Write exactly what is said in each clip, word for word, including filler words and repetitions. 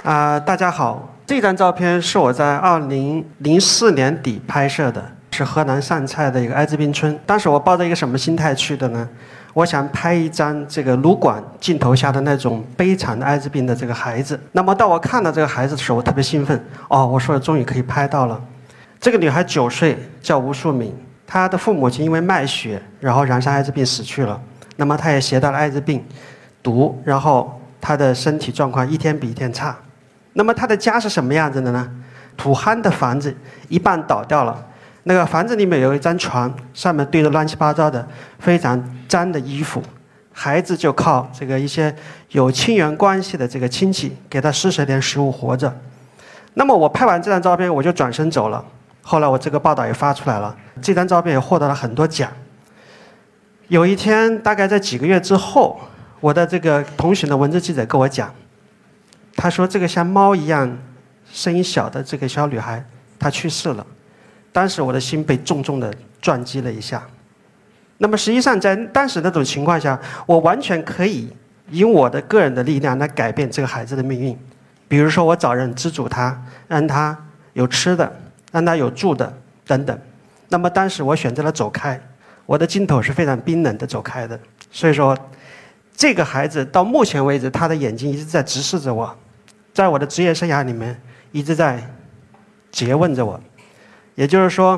啊、呃，大家好，这张照片是我在二零零四年底拍摄的，是河南上蔡的一个艾滋病村。当时我抱着一个什么心态去的呢？我想拍一张这个撸管镜头下的那种悲惨的艾滋病的这个孩子。那么当我看到这个孩子的时候，我特别兴奋。哦，我说终于可以拍到了。这个女孩九岁，叫吴淑敏，她的父母亲因为卖血，然后染上艾滋病死去了。那么她也携带了艾滋病毒，然后她的身体状况一天比一天差。那么他的家是什么样子的呢？土夯的房子一半倒掉了，那个房子里面有一张床，上面堆着乱七八糟的非常脏的衣服，孩子就靠这个一些有亲缘关系的这个亲戚给他施舍点食物活着。那么我拍完这张照片我就转身走了，后来我这个报道也发出来了，这张照片也获得了很多奖。有一天大概在几个月之后，我的这个同行的文字记者跟我讲，他说这个像猫一样声音小的这个小女孩她去世了。当时我的心被重重的撞击了一下。那么实际上在当时那种情况下，我完全可以以我的个人的力量来改变这个孩子的命运。比如说我找人资助他，让他有吃的，让他有住的等等。那么当时我选择了走开，我的镜头是非常冰冷的走开的。所以说这个孩子到目前为止，他的眼睛一直在直视着我，在我的职业生涯里面一直在诘问着我。也就是说，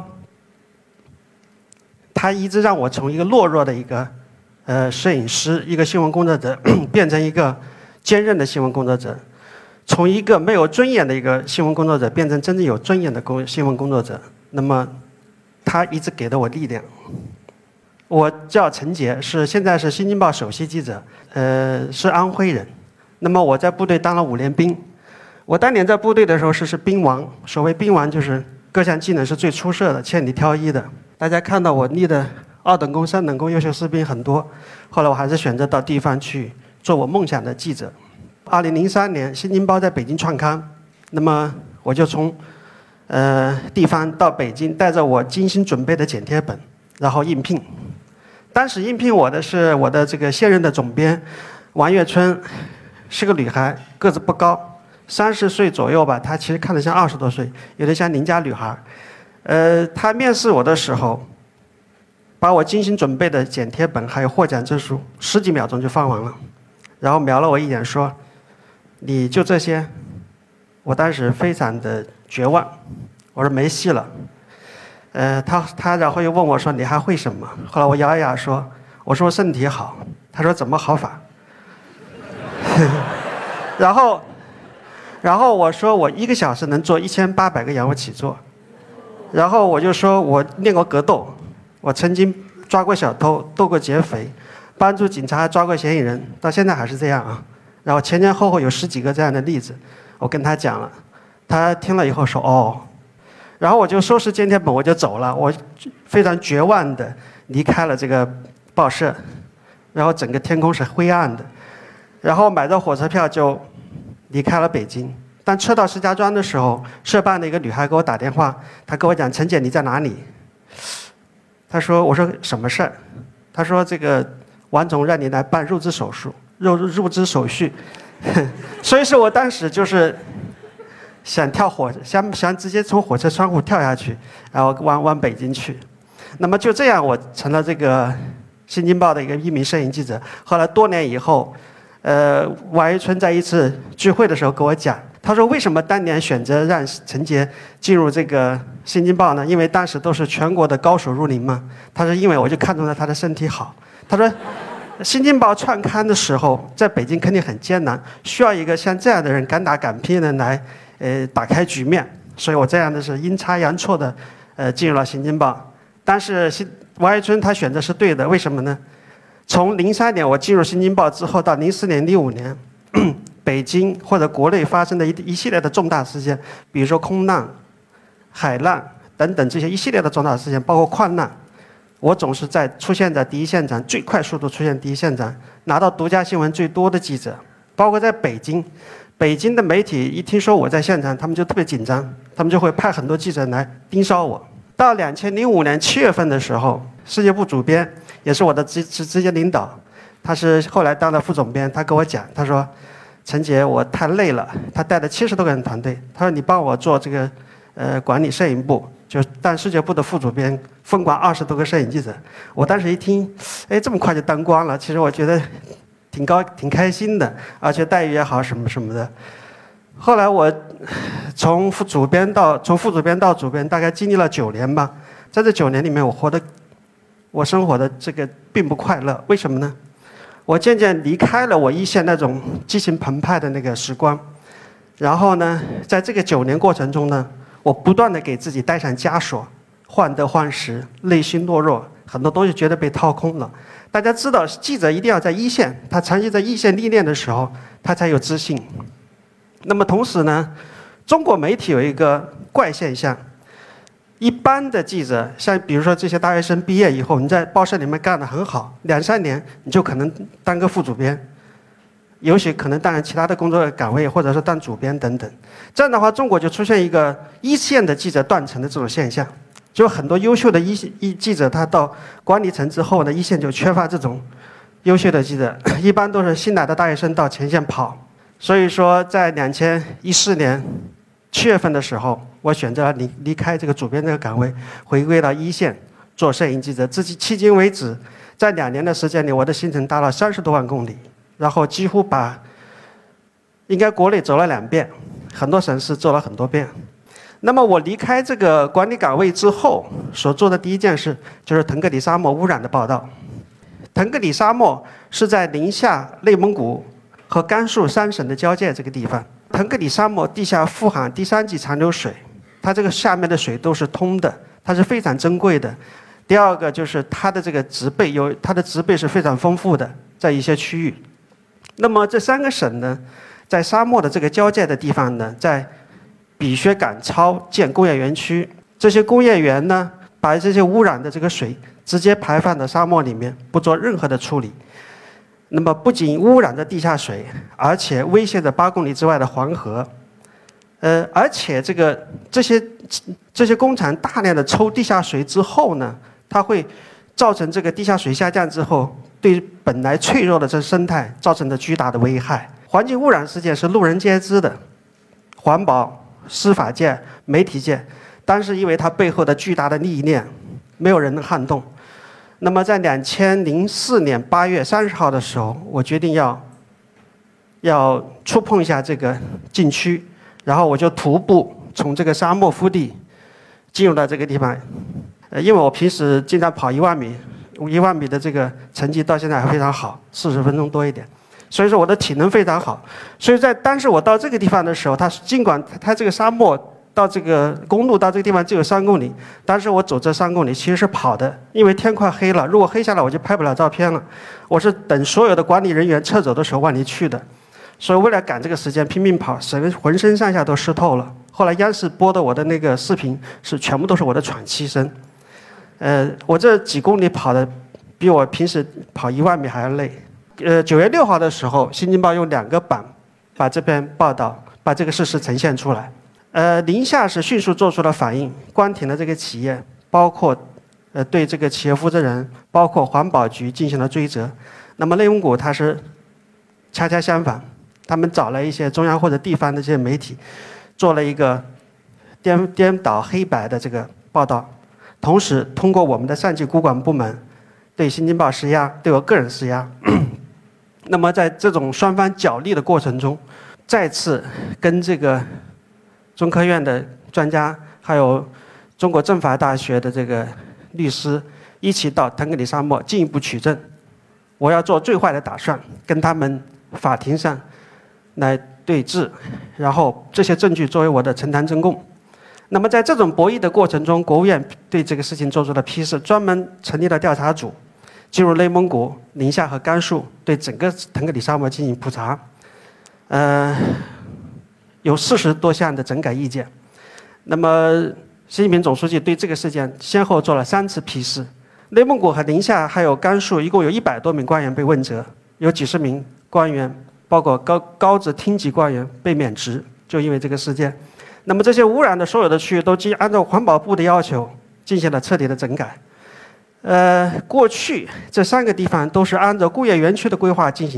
他一直让我从一个懦弱的一个呃摄影师，一个新闻工作者，变成一个坚韧的新闻工作者，从一个没有尊严的一个新闻工作者变成真正有尊严的工新闻工作者。那么他一直给了我力量。我叫陈杰，是现在是《新京报》首席记者，呃，是安徽人。那么我在部队当了五年兵。我当年在部队的时候是是兵王，所谓兵王就是各项技能是最出色的，千里挑一的。大家看到我立的二等功、三等功优秀士兵很多，后来我还是选择到地方去做我梦想的记者。二零零三年，《新京报》在北京创刊，那么我就从呃地方到北京，带着我精心准备的剪贴本，然后应聘。当时应聘我的是我的这个现任的总编王月春，是个女孩，个子不高，三十岁左右吧，她其实看着像二十多岁，有点像邻家女孩。呃，她面试我的时候，把我精心准备的剪贴本还有获奖证书十几秒钟就放完了，然后瞄了我一眼说：“你就这些？”我当时非常的绝望，我说没戏了。呃，他他然后又问我说：“你还会什么？”后来我咬一咬说：“我说身体好。”他说：“怎么好法？”然后，然后我说我一个小时能做一千八百个仰卧起坐。然后我就说我练过格斗，我曾经抓过小偷，斗过劫匪，帮助警察抓过嫌疑人，到现在还是这样啊。然后前前后后有十几个这样的例子，我跟他讲了，他听了以后说哦。然后我就收拾剪贴本，我就走了，我非常绝望的离开了这个报社，然后整个天空是灰暗的，然后买着火车票就离开了北京。当车到石家庄的时候，社办的一个女孩给我打电话，她跟我讲：“陈姐你在哪里？”她说：“我说什么事儿？”她说：“这个王总让你来办入资手术，入入资手续。”所以说我当时就是想跳火，想想直接从火车窗户跳下去，然后往往北京去。那么就这样，我成了这个《新京报》的一个一名摄影记者。后来多年以后，呃，王一春在一次聚会的时候跟我讲，他说为什么当年选择让陈杰进入这个《新京报》呢？因为当时都是全国的高手如林嘛。他说因为我就看中了他的身体好。他说《新京报》创刊的时候，在北京肯定很艰难，需要一个像这样的人敢打敢拼的人来。呃，打开局面，所以我这样的是阴差阳错的，呃，进入了《新京报》。但是新王一春他选择是对的，为什么呢？从零三年我进入《新京报》之后，到零四年、零五年，北京或者国内发生的一一系列的重大事件，比如说空难、海难等等这些一系列的重大事件，包括矿难，我总是在出现在第一现场，最快速度出现第一现场，拿到独家新闻最多的记者，包括在北京。北京的媒体一听说我在现场，他们就特别紧张，他们就会派很多记者来盯梢我。到两千零五年七月份的时候，世界部主编也是我的直直直接领导，他是后来当了副总编，他跟我讲，他说陈杰，我太累了。他带了七十多个人团队，他说你帮我做这个呃管理摄影部，就当世界部的副主编，分管二十多个摄影记者。我当时一听，哎，这么快就当官了，其实我觉得挺高挺开心的，而且待遇也好什么什么的。后来我从副主编到从副主编到主编，大概经历了九年吧。在这九年里面，我活的我生活的这个并不快乐。为什么呢？我渐渐离开了我一线那种激情澎湃的那个时光，然后呢，在这个九年过程中呢，我不断的给自己带上枷锁，患得患失，内心懦弱，很多东西觉得被掏空了。大家知道，记者一定要在一线，他长期在一线历练的时候，他才有自信。那么同时呢，中国媒体有一个怪现象。一般的记者，像比如说这些大学生毕业以后，你在报社里面干得很好，两三年你就可能当个副主编，也许可能当其他的工作岗位，或者是当主编等等。这样的话，中国就出现一个一线的记者断层的这种现象，就很多优秀的一一记者，他到管理层之后呢，一线就缺乏这种优秀的记者，一般都是新来的大学生到前线跑。所以说，在两千一四年七月份的时候，我选择了离离开这个主编这个岗位，回归到一线做摄影记者。至迄今为止，在两年的时间里，我的行程达到三十多万公里，然后几乎把应该国内走了两遍，很多省市走了很多遍。那么我离开这个管理岗位之后，所做的第一件事就是腾格里沙漠污染的报道。腾格里沙漠是在宁夏、内蒙古和甘肃三省的交界这个地方。腾格里沙漠地下富含第三级残留水，它这个下面的水都是通的，它是非常珍贵的。第二个就是它的这个植被有它的植被是非常丰富的，在一些区域。那么这三个省呢，在沙漠的这个交界的地方呢，在比薛赶超建工业园区，这些工业园呢，把这些污染的这个水直接排放到沙漠里面，不做任何的处理。那么不仅污染着地下水，而且威胁着八公里之外的黄河。呃，而且这个这些这些工厂大量的抽地下水之后呢，它会造成这个地下水下降之后，对本来脆弱的这生态造成的巨大的危害。环境污染事件是路人皆知的，环保、司法界、媒体界，但是因为它背后的巨大的利益链，没有人能撼动。那么在两千零四年八月三十号的时候，我决定要要触碰一下这个禁区，然后我就徒步从这个沙漠腹地进入到这个地方。呃，因为我平时经常跑一万米，一万米的这个成绩到现在还非常好，四十分钟多一点，所以说我的体能非常好。所以在当时我到这个地方的时候，它尽管它这个沙漠到这个公路到这个地方只有三公里，但是我走这三公里其实是跑的，因为天快黑了，如果黑下来我就拍不了照片了。我是等所有的管理人员撤走的时候往里去的，所以为了赶这个时间拼命跑，整个浑身上下都湿透了。后来央视播的我的那个视频是全部都是我的喘气声。呃，我这几公里跑的比我平时跑一万米还要累。呃，九月六号的时候，《新京报》用两个版把这篇报道把这个事实呈现出来。呃，宁夏是迅速做出了反应，关停了这个企业，包括呃对这个企业负责人，包括环保局进行了追责。那么内蒙古它是恰恰相反，他们找了一些中央或者地方的这些媒体，做了一个颠颠倒黑白的这个报道，同时通过我们的上级主管部门对《新京报》施压，对我个人施压。那么在这种双方角力的过程中，再次跟这个中科院的专家，还有中国政法大学的这个律师一起到腾格里沙漠进一步取证。我要做最坏的打算，跟他们法庭上来对峙，然后这些证据作为我的承担证供。那么在这种博弈的过程中，国务院对这个事情做出了批示，专门成立了调查组，进入内蒙古、宁夏和甘肃，对整个腾格里沙漠进行普查。呃。有四十多项的整改意见。那么，习近平总书记对这个事件先后做了三次批示。内蒙古和宁夏还有甘肃，一共有一百多名官员被问责，有几十名官员，包括高高职厅级官员被免职，就因为这个事件。那么这些污染的所有的区域都经按照环保部的要求进行了彻底的整改。呃，过去这三个地方都是按照工业园区的规划进行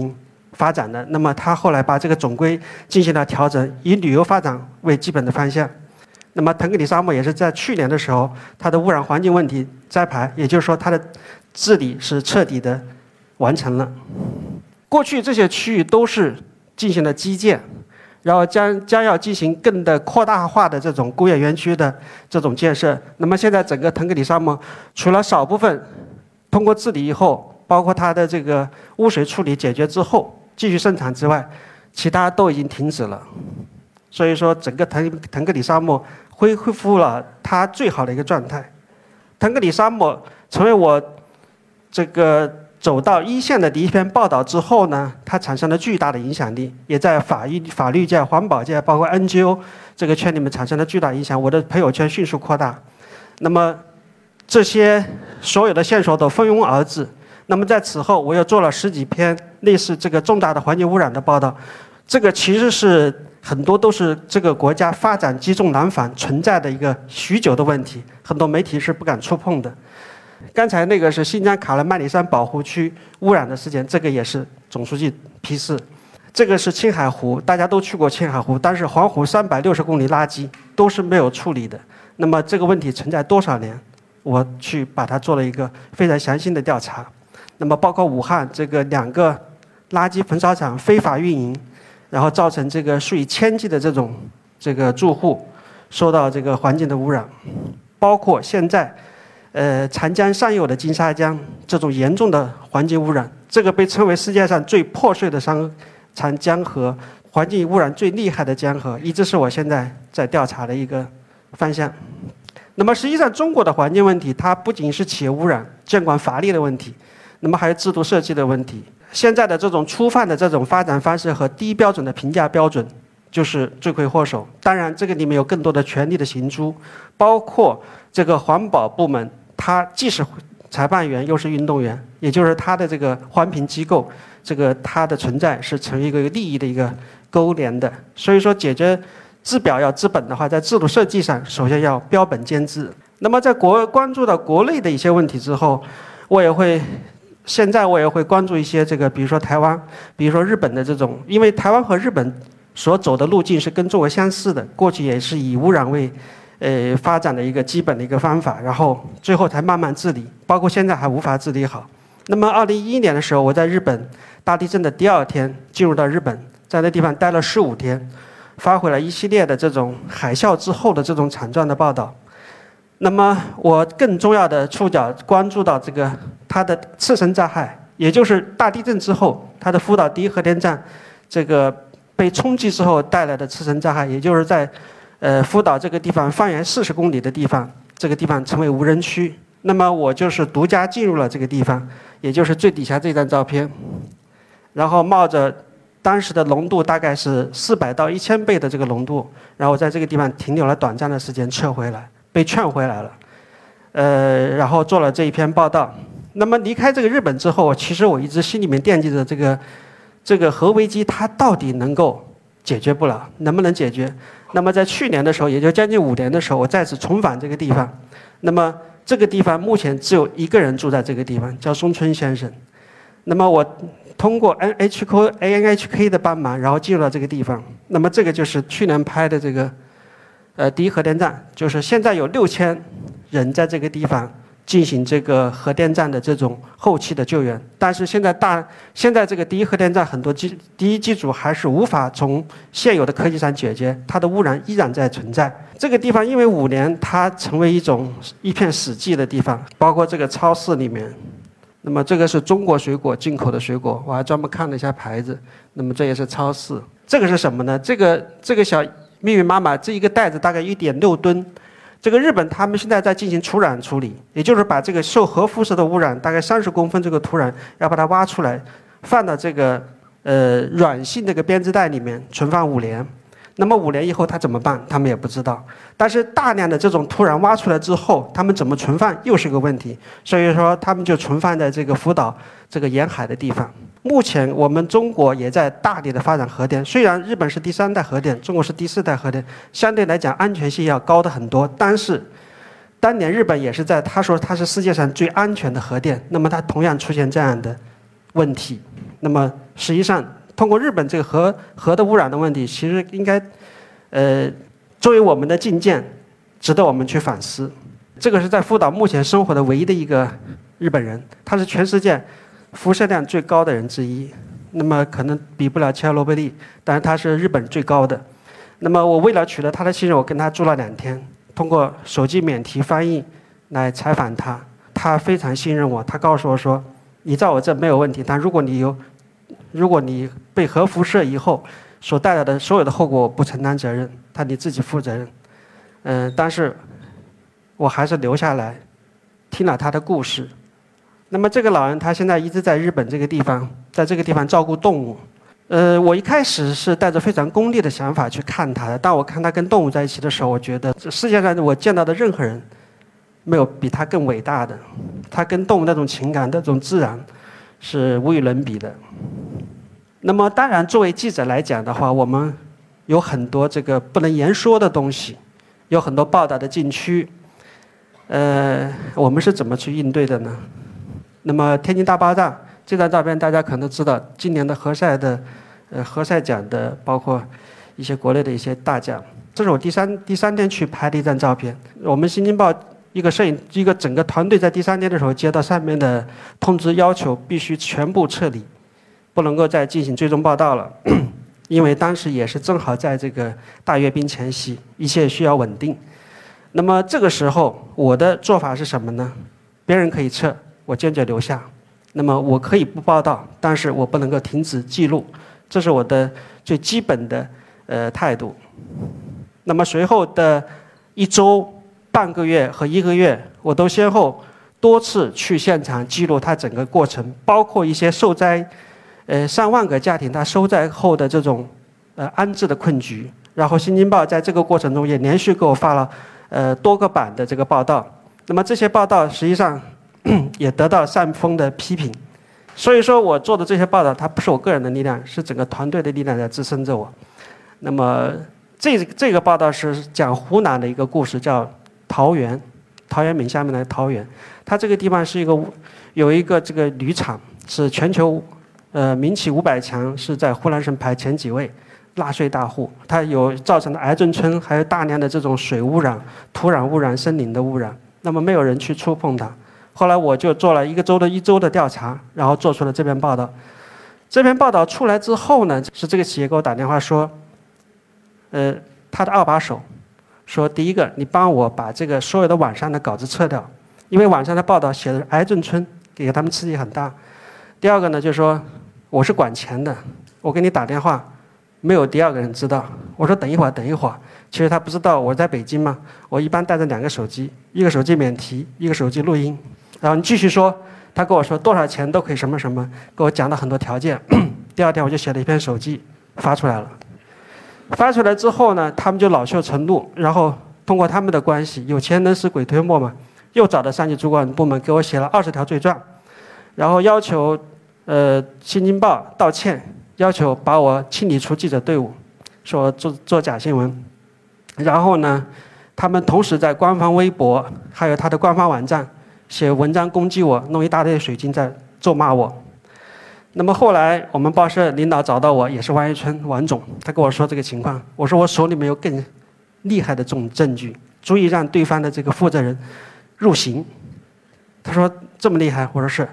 发展的。那么他后来把这个总规进行了调整，以旅游发展为基本的方向。那么腾格里沙漠也是在去年的时候，它的污染环境问题摘牌，也就是说它的治理是彻底的完成了。过去这些区域都是进行了基建，然后将将要进行更的扩大化的这种工业园区的这种建设。那么现在整个腾格里沙漠，除了少部分通过治理以后，包括它的这个污水处理解决之后继续生产之外，其他都已经停止了。所以说，整个腾腾格里沙漠恢复了它最好的一个状态。腾格里沙漠成为我这个走到一线的第一篇报道之后呢，它产生了巨大的影响力，也在法律法律界、环保界，包括 N G O 这个圈里面产生了巨大影响。我的朋友圈迅速扩大，那么这些所有的线索都蜂拥而至。那么在此后，我又做了十几篇类似这个重大的环境污染的报道，这个其实是很多都是这个国家发展积重难返存在的一个许久的问题，很多媒体是不敢触碰的。刚才那个是新疆卡勒曼里山保护区污染的事件，这个也是总书记批示。这个是青海湖，大家都去过青海湖，但是黄湖三百六十公里垃圾都是没有处理的。那么这个问题存在多少年？我去把它做了一个非常详细的调查。那么包括武汉这个两个垃圾焚烧厂非法运营，然后造成这个数以千计的这种这个住户受到这个环境的污染，包括现在呃长江上游的金沙江这种严重的环境污染，这个被称为世界上最破碎的长长江河，环境污染最厉害的江河，一直是我现在在调查的一个方向。那么实际上中国的环境问题，它不仅是企业污染、监管乏力的问题，那么还有制度设计的问题。现在的这种粗放的这种发展方式和低标准的评价标准，就是罪魁祸首。当然，这个里面有更多的权力的行诸，包括这个环保部门，它既是裁判员又是运动员，也就是它的这个环评机构，这个它的存在是成为一个利益的一个勾连的。所以说，解决治表要治本的话，在制度设计上，首先要标本兼治。那么在国关注到国内的一些问题之后，我也会。现在我也会关注一些这个，比如说台湾，比如说日本的这种，因为台湾和日本所走的路径是跟中国相似的，过去也是以污染为，呃发展的一个基本的一个方法，然后最后才慢慢治理，包括现在还无法治理好。那么二零一一年的时候，我在日本大地震的第二天进入到日本，在那地方待了十五天，发回了一系列的这种海啸之后的这种惨状的报道。那么我更重要的触角关注到这个它的次生灾害，也就是大地震之后它的福岛第一核电站这个被冲击之后带来的次生灾害，也就是在呃福岛这个地方方圆四十公里的地方，这个地方成为无人区。那么我就是独家进入了这个地方，也就是最底下这张照片，然后冒着当时的浓度大概是四百到一千倍的这个浓度，然后在这个地方停留了短暂的时间，撤回来。被劝回来了，呃，然后做了这一篇报道。那么离开这个日本之后，其实我一直心里面惦记着这个这个核危机，它到底能够解决不了，能不能解决？那么在去年的时候，也就将近五年的时候，我再次重返这个地方。那么这个地方目前只有一个人住在这个地方，叫松村先生。那么我通过 N H K A N H K 的帮忙，然后进入了这个地方。那么这个就是去年拍的这个。呃，第一核电站就是现在有六千人在这个地方进行这个核电站的这种后期的救援，但是现在大现在这个第一核电站很多机第一机组还是无法从现有的科技上解决，它的污染依然在存在。这个地方因为五年它成为一种一片死寂的地方，包括这个超市里面，那么这个是中国水果进口的水果，我还专门看了一下牌子。那么这也是超市，这个是什么呢？这个这个小。命运妈妈这一个袋子大概一点六吨，这个日本他们现在在进行土壤处理，也就是把这个受核辐射的污染大概三十公分这个土壤要把它挖出来，放到这个呃软性这个编织袋里面存放五年。那么五年以后它怎么办？他们也不知道。但是大量的这种土壤挖出来之后，他们怎么存放又是个问题。所以说他们就存放在这个福岛这个沿海的地方。目前我们中国也在大力的发展核电，虽然日本是第三代核电，中国是第四代核电，相对来讲安全性要高的很多。但是当年日本也是在他说它是世界上最安全的核电，那么它同样出现这样的问题。那么实际上通过日本这个核核的污染的问题，其实应该，呃，作为我们的近见，值得我们去反思。这个是在福岛目前生活的唯一的一个日本人，他是全世界辐射量最高的人之一。那么可能比不了切尔诺贝利，但是他是日本最高的。那么我为了取得他的信任，我跟他住了两天，通过手机免提翻译来采访他。他非常信任我，他告诉我说：“你在我这没有问题，但如果你有，如果你被核辐射以后所带来的所有的后果，我不承担责任，他你自己负责任。”嗯、呃，但是我还是留下来听了他的故事。那么这个老人他现在一直在日本这个地方，在这个地方照顾动物。呃，我一开始是带着非常功利的想法去看他的，当我看他跟动物在一起的时候，我觉得这世界上我见到的任何人没有比他更伟大的。他跟动物那种情感、那种自然是无与伦比的。那么当然，作为记者来讲的话，我们有很多这个不能言说的东西，有很多报道的禁区。呃，我们是怎么去应对的呢？那么天津大爆炸这张照片大家可能知道，今年的何塞的呃何塞奖的，包括一些国内的一些大奖。这是我第三第三天去拍的一张照片。我们新京报一个摄影一个整个团队在第三天的时候接到上面的通知，要求必须全部撤离，不能够再进行追踪报道了，因为当时也是正好在这个大阅兵前夕，一切需要稳定。那么这个时候我的做法是什么呢？别人可以撤，我坚决留下。那么我可以不报道，但是我不能够停止记录，这是我的最基本的呃态度。那么随后的一周、半个月和一个月，我都先后多次去现场记录它整个过程，包括一些受灾呃上万个家庭它受灾后的这种呃安置的困局。然后《新京报》在这个过程中也连续给我发了呃多个版的这个报道。那么这些报道实际上也得到上峰的批评。所以说我做的这些报道，它不是我个人的力量，是整个团队的力量在支撑着我。那么这这个报道是讲湖南的一个故事，叫桃源，陶渊明下面的桃源。它这个地方是一个有一个这个铝厂，是全球呃民企五百强，是在湖南省排前几位，纳税大户。它有造成的癌症村，还有大量的这种水污染、土壤污染、森林的污染。那么没有人去触碰它。后来我就做了一个周的一周的调查，然后做出了这篇报道。这篇报道出来之后呢，是这个企业给我打电话说，呃，他的二把手说，第一个，你帮我把这个所有的网上的稿子撤掉，因为网上的报道写的癌症村，给他们刺激很大。第二个呢，就是说我是管钱的，我给你打电话，没有第二个人知道。我说等一会儿，等一会儿。其实他不知道我在北京嘛，我一般带着两个手机，一个手机免提，一个手机录音。然后你继续说，他跟我说多少钱都可以什么什么，给我讲了很多条件。第二天我就写了一篇手记发出来了。发出来之后呢，他们就恼羞成怒，然后通过他们的关系，有钱能使鬼推磨嘛，又找到上级主管部门给我写了二十条罪状，然后要求呃《新京报》道歉，要求把我清理出记者队伍，说我做做假新闻。然后呢，他们同时在官方微博还有他的官方网站写文章攻击我，弄一大堆水军在咒骂我。那么后来我们报社领导找到我，也是王一春王总，他跟我说这个情况，我说我手里面有更厉害的这种证据，足以让对方的这个负责人入刑。他说这么厉害，我说是。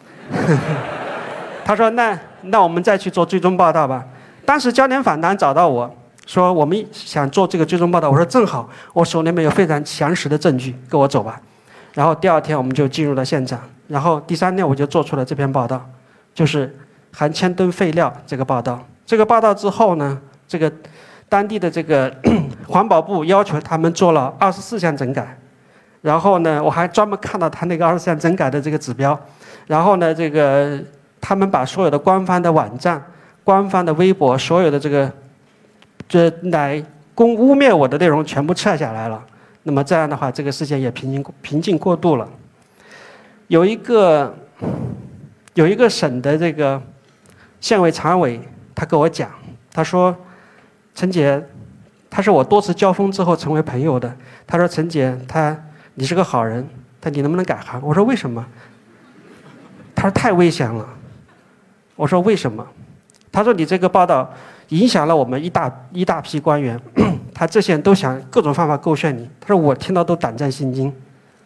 他说那那我们再去做追踪报道吧。当时焦点访谈找到我说我们想做这个追踪报道，我说正好，我手里面有非常详实的证据，跟我走吧。然后第二天我们就进入了现场，然后第三天我就做出了这篇报道，就是含千吨废料这个报道。这个报道之后呢，这个当地的这个环保部要求他们做了二十四项整改，然后呢，我还专门看到他那个二十四项整改的这个指标，然后呢，这个他们把所有的官方的网站、官方的微博，所有的这个这来攻污蔑我的内容全部撤下来了。那么这样的话，这个事件也平静平静过渡了。有一个有一个省的这个县委常委，他跟我讲，他说：“陈杰，他是我多次交锋之后成为朋友的。他说陈杰，他你是个好人，他你能不能改行？”我说为什么？他说太危险了。我说为什么？ 他说你这个报道影响了我们一大一大批官员，他这些人都想各种方法构陷你。他说我听到都胆战心惊。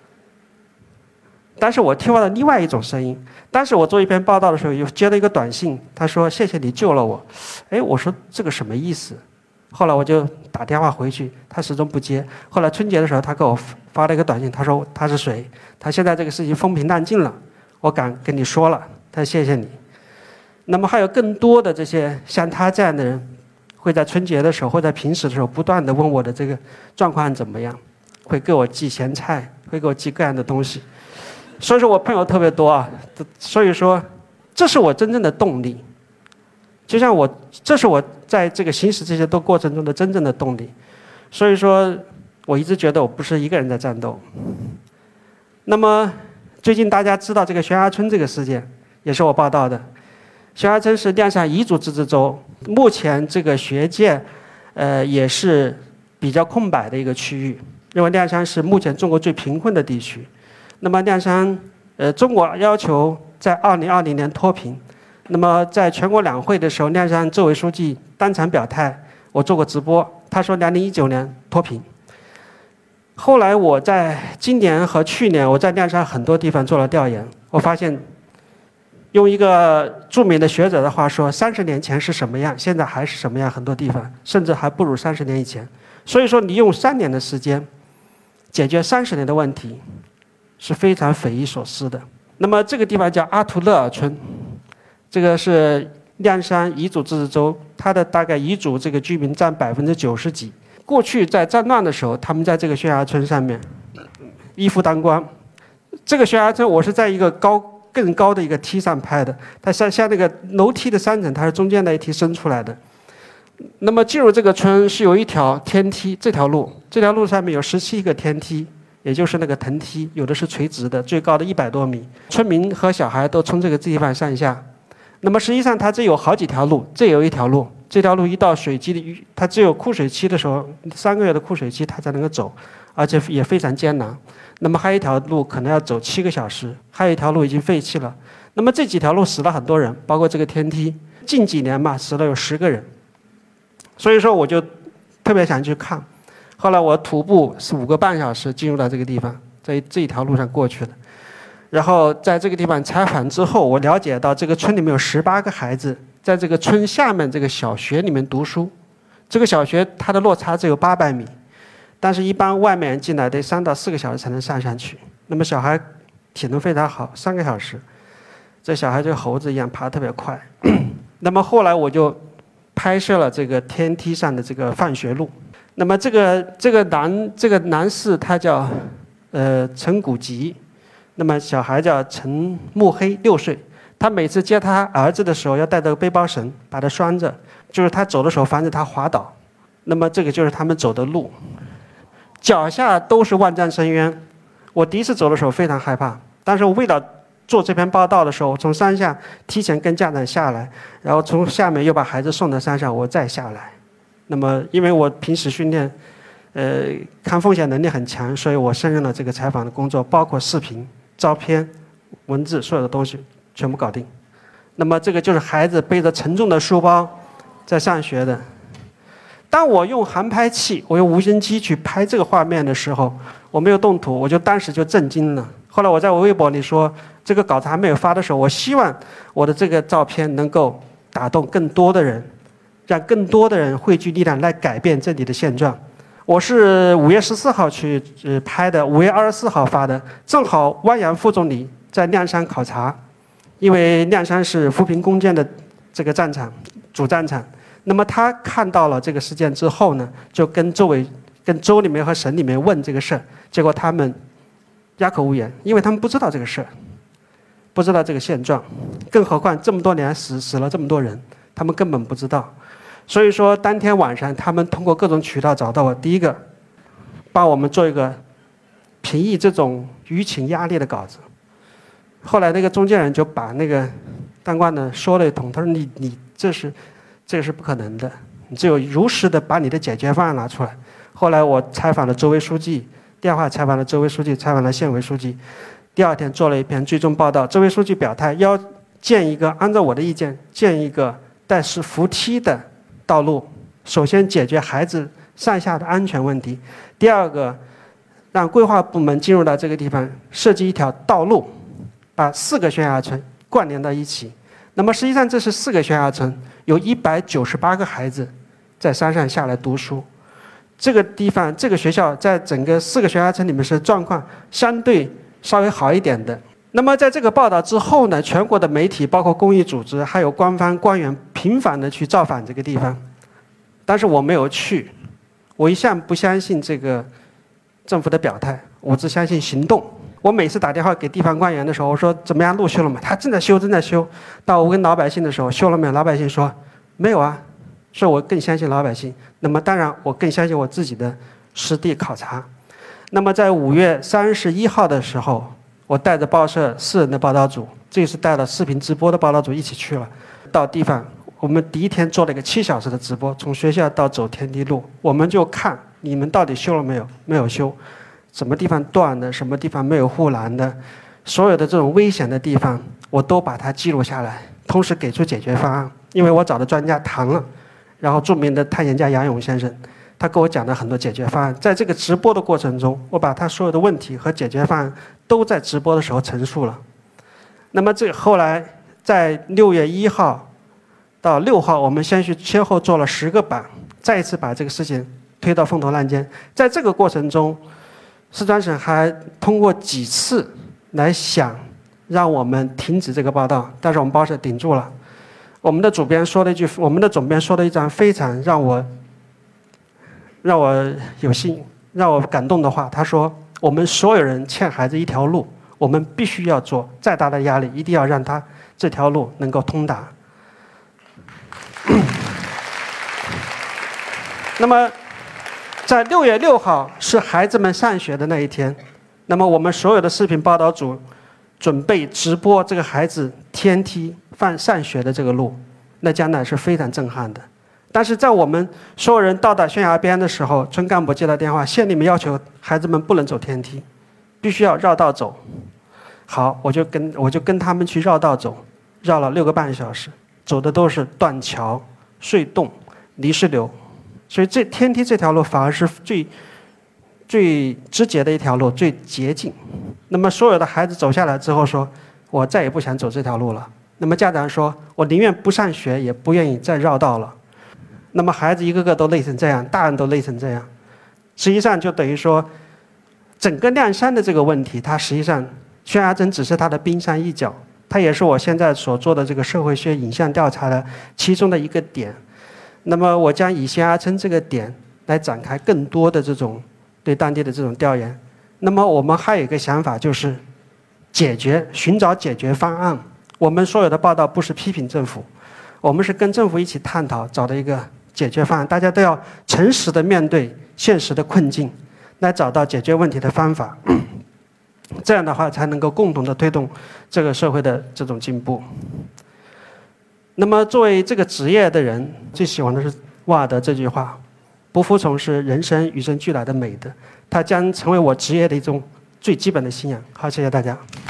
但是我听到了另外一种声音。当时我做一篇报道的时候，又接了一个短信，他说谢谢你救了我。哎，我说这个什么意思？后来我就打电话回去，他始终不接。后来春节的时候，他给我发了一个短信，他说他是谁？他现在这个事情风平浪静了，我敢跟你说了，他说谢谢你。那么还有更多的这些像他这样的人，会在春节的时候或在平时的时候不断的问我的这个状况怎么样，会给我寄咸菜，会给我寄各样的东西。所以说我朋友特别多啊，所以说这是我真正的动力。就像我，这是我在这个行使这些都过程中的真正的动力。所以说我一直觉得我不是一个人在战斗。那么最近大家知道这个悬崖村这个事件，也是我报道的。悬崖村是亮山彝族自治州，目前这个学界呃也是比较空白的一个区域，因为亮山是目前中国最贫困的地区。那么亮山，呃，中国要求在二零二零年脱贫。那么在全国两会的时候，亮山州委书记当场表态，我做过直播，他说二零一九年脱贫。后来我在今年和去年，我在亮山很多地方做了调研，我发现，用一个著名的学者的话说，三十年前是什么样，现在还是什么样，很多地方甚至还不如三十年以前。所以说，你用三年的时间解决三十年的问题，是非常匪夷所思的。那么这个地方叫阿图勒尔村，这个是亮山彝族自治州，它的大概彝族这个居民占百分之九十几。过去在战乱的时候，他们在这个悬崖村上面依附当官。这个悬崖村我是在一个高更高的一个梯上拍的，它像像那个楼梯的三层，它是中间那一梯伸出来的。那么进入这个村是有一条天梯，这条路，这条路上面有十七个天梯。也就是那个藤梯，有的是垂直的，最高的一百多米。村民和小孩都从这个地方上下。那么实际上它这有好几条路，这有一条路，这条路一到水季的，它只有枯水期的时候，三个月的枯水期它才能够走，而且也非常艰难。那么还有一条路可能要走七个小时，还有一条路已经废弃了。那么这几条路死了很多人，包括这个天梯，近几年嘛死了有十个人。所以说我就特别想去看。后来我徒步是五个半小时进入到这个地方，在这一条路上过去的。然后在这个地方采访之后，我了解到这个村里面有十八个孩子在这个村下面这个小学里面读书。这个小学它的落差只有八百米，但是一般外面人进来得三到四个小时才能上上去。那么小孩体能非常好，三个小时，这小孩就猴子一样爬得特别快。那么后来我就拍摄了这个天梯上的这个放学路。那么这个这个男这个男士他叫呃陈古吉，那么小孩叫陈慕黑，六岁。他每次接他儿子的时候要带着个背包绳把他拴着，就是他走的时候防止他滑倒。那么这个就是他们走的路，脚下都是万丈深渊。我第一次走的时候非常害怕，但是我为了做这篇报道的时候，从山下提前跟家长下来，然后从下面又把孩子送到山上，我再下来。那么因为我平时训练呃抗风险能力很强，所以我胜任了这个采访的工作，包括视频、照片、文字，所有的东西全部搞定。那么这个就是孩子背着沉重的书包在上学的。当我用航拍器，我用无人机去拍这个画面的时候，我没有动图，我就当时就震惊了。后来我在我微博里说，这个稿子还没有发的时候，我希望我的这个照片能够打动更多的人，让更多的人汇聚力量来改变这里的现状。我是五月十四号去呃拍的，五月二十四号发的，正好汪洋副总理在亮山考察，因为亮山是扶贫攻坚的这个战场，主战场。那么他看到了这个事件之后呢，就跟周围、跟州里面和省里面问这个事儿，结果他们哑口无言，因为他们不知道这个事儿，不知道这个现状，更何况这么多年死死了这么多人，他们根本不知道。所以说，当天晚上他们通过各种渠道找到我，第一个帮我们做一个平抑这种舆情压力的稿子。后来那个中间人就把那个当官的说了一通，他说你你这是这个是不可能的，你只有如实的把你的解决方案拿出来。后来我采访了州委书记，电话采访了州委书记，采访了县委书记，第二天做了一篇追踪报道。州委书记表态要建一个，按照我的意见建一个带是扶梯的道路，首先解决孩子上下的安全问题。第二个，让规划部门进入到这个地方，设计一条道路，把四个悬崖村关联到一起。那么实际上这是四个悬崖村，有一百九十八个孩子在山上下来读书。这个地方，这个学校在整个四个悬崖村里面是状况相对稍微好一点的。那么在这个报道之后呢，全国的媒体，包括公益组织，还有官方官员频繁的去造访这个地方，但是我没有去。我一向不相信这个政府的表态，我只相信行动。我每次打电话给地方官员的时候，我说怎么样，路修了吗？他正在修，正在修。到我跟老百姓的时候，修了没有？老百姓说没有啊。所以我更相信老百姓。那么当然，我更相信我自己的实地考察。那么在五月三十一号的时候，我带着报社四人的报道组，这次带了视频直播的报道组一起去了，到地方。我们第一天做了一个七小时的直播，从学校到走天梯路，我们就看你们到底修了没有，没有修，什么地方断的，什么地方没有护栏的，所有的这种危险的地方，我都把它记录下来，同时给出解决方案。因为我找的专家谈了，然后著名的探险家杨勇先生，他给我讲了很多解决方案。在这个直播的过程中，我把他所有的问题和解决方案都在直播的时候陈述了。那么这后来在六月一号到六号，我们先去先后做了十个版，再一次把这个事情推到风头浪尖。在这个过程中，四川省还通过几次来想让我们停止这个报道，但是我们报社顶住了。我们的主编说了一句，我们的总编说了一张非常让我让我有心、让我感动的话。他说：“我们所有人欠孩子一条路，我们必须要做，再大的压力，一定要让他这条路能够通达。”那么，在六月六号是孩子们上学的那一天，那么我们所有的视频报道组准备直播这个孩子天梯放上学的这个路，那将来是非常震撼的。但是在我们所有人到达悬崖边的时候，村干部接到电话，县里面要求孩子们不能走天梯，必须要绕道走。好，我就跟我就跟他们去绕道走，绕了六个半小时，走的都是断桥、隧洞、泥石流，所以这天梯这条路反而是最最直接的一条路，最捷径。那么所有的孩子走下来之后说，我再也不想走这条路了。那么家长说，我宁愿不上学，也不愿意再绕道了。那么孩子一个个都累成这样，大人都累成这样，实际上就等于说，整个亮山的这个问题，它实际上悬崖针只是它的冰山一角，它也是我现在所做的这个社会学影像调查的其中的一个点。那么我将以悬崖针这个点来展开更多的这种对当地的这种调研。那么我们还有一个想法，就是解决寻找解决方案。我们所有的报道不是批评政府，我们是跟政府一起探讨，找的一个解决方案。大家都要诚实的面对现实的困境，来找到解决问题的方法。这样的话才能够共同的推动这个社会的这种进步。那么作为这个职业的人，最喜欢的是瓦尔德这句话：不服从是人生与生俱来的美德，它将成为我职业的一种最基本的信仰。好，谢谢大家。